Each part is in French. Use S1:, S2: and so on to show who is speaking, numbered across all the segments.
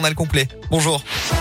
S1: journal complet. Bonjour.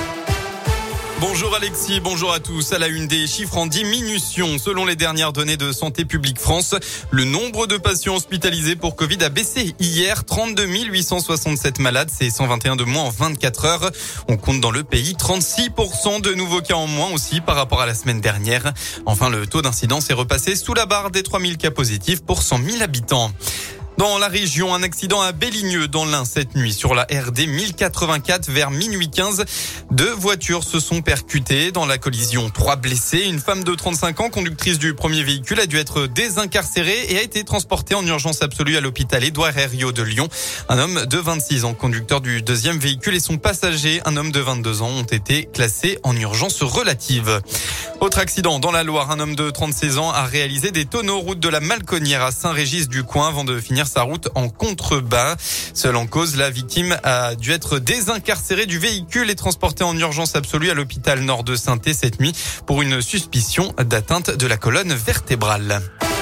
S2: Bonjour Alexis, bonjour à tous. À la une, des chiffres en diminution. Selon les dernières données de Santé publique France, le nombre de patients hospitalisés pour Covid a baissé hier. 32 867 malades, c'est 121 de moins en 24 heures. On compte dans le pays 36% de nouveaux cas en moins aussi par rapport à la semaine dernière. Enfin, le taux d'incidence est repassé sous la barre des 3000 cas positifs pour 100 000 habitants. Dans la région, un accident à Belligneux dans l'Ain cette nuit sur la RD 1084 vers minuit 15. 2 voitures se sont percutées dans la collision. 3 blessés. Une femme de 35 ans, conductrice du premier véhicule, a dû être désincarcérée et a été transportée en urgence absolue à l'hôpital Édouard Herriot de Lyon. Un homme de 26 ans, conducteur du deuxième véhicule, et son passager, un homme de 22 ans, ont été classés en urgence relative. Autre accident dans la Loire, un homme de 36 ans a réalisé des tonneaux route de la Malconnière à Saint-Régis-du-Coin avant de finir sa route en contrebas. Seule en cause, la victime a dû être désincarcérée du véhicule et transportée en urgence absolue à l'hôpital Nord de Saint-Thé cette nuit pour une suspicion d'atteinte de la colonne vertébrale.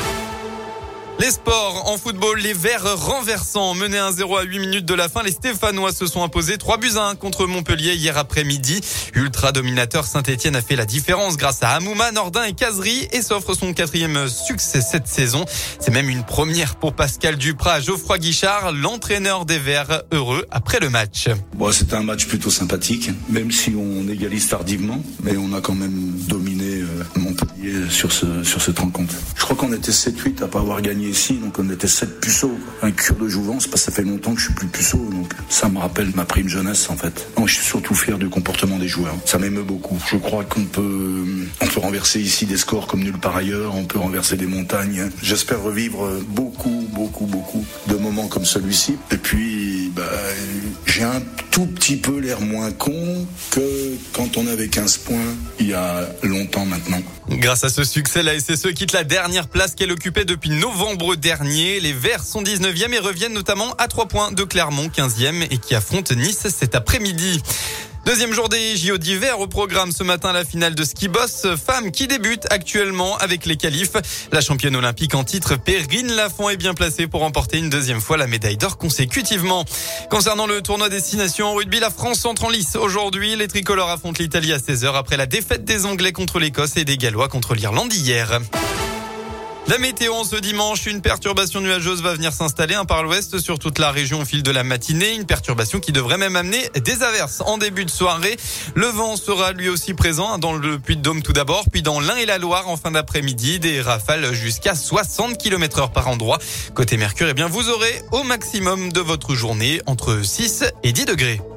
S2: Les sports en football, les Verts renversants menés 1-0 à 8 minutes de la fin. Les Stéphanois se sont imposés 3-1 contre Montpellier hier après-midi. Ultra dominateur, Saint-Etienne a fait la différence grâce à Amouma, Nordin et Cazerie et s'offre son 4e succès cette saison. C'est même une première pour Pascal Duprat. Geoffroy Guichard, l'entraîneur des Verts, heureux après le match.
S3: Bon, c'était un match plutôt sympathique, même si on égalise tardivement, mais on a quand même dominé Montpellier sur cette rencontre. Je crois qu'on était 7-8 à pas avoir gagné ici, donc on était 7 puceaux. Un cure de jouvence, parce que ça fait longtemps que je suis plus puceau, donc ça me rappelle ma prime jeunesse en fait. Non, je suis surtout fier du comportement des joueurs. Ça m'émeut beaucoup. Je crois qu'on peut renverser ici des scores comme nulle part ailleurs, on peut renverser des montagnes. J'espère revivre beaucoup de moments comme celui-ci. Et puis, j'ai un tout petit peu l'air moins con que quand on avait 15 points il y a longtemps maintenant.
S2: Grâce à ce succès, la SSE quitte la dernière place qu'elle occupait depuis novembre dernier. Les Verts sont 19e et reviennent notamment à 3 points de Clermont, 15e, et qui affrontent Nice cet après-midi. Deuxième jour des JO d'hiver, au programme ce matin la finale de ski boss femmes qui débute actuellement avec les qualifs. La championne olympique en titre Perrine Lafont est bien placée pour remporter une 2e fois la médaille d'or consécutivement. Concernant le tournoi Destination en rugby, la France entre en lice aujourd'hui. Les tricolores affrontent l'Italie à 16h après la défaite des Anglais contre l'Écosse et des Gallois contre l'Irlande hier. La météo en ce dimanche, une perturbation nuageuse va venir s'installer par l'ouest sur toute la région au fil de la matinée. Une perturbation qui devrait même amener des averses en début de soirée. Le vent sera lui aussi présent dans le Puy-de-Dôme tout d'abord, puis dans l'Ain et la Loire en fin d'après-midi. Des rafales jusqu'à 60 km/h par endroit. Côté Mercure, vous aurez au maximum de votre journée entre 6 et 10 degrés.